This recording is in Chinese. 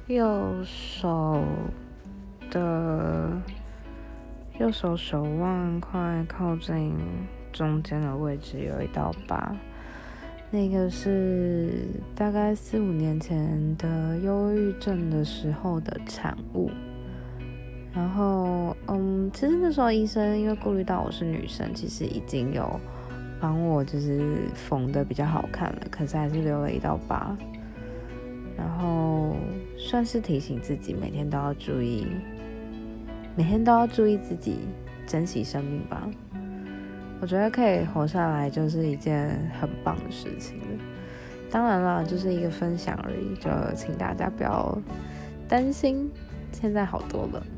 右手手腕快靠近中间的位置有一道疤，那个是大概4-5年前的忧郁症的时候的产物。然后其实那时候医生因为顾虑到我是女生，其实已经有帮我就是缝的比较好看了，可是还是留了一道疤。然后算是提醒自己每天都要注意自己，珍惜生命吧。我觉得可以活下来就是一件很棒的事情了。当然啦，就是一个分享而已，就请大家不要担心，现在好多了。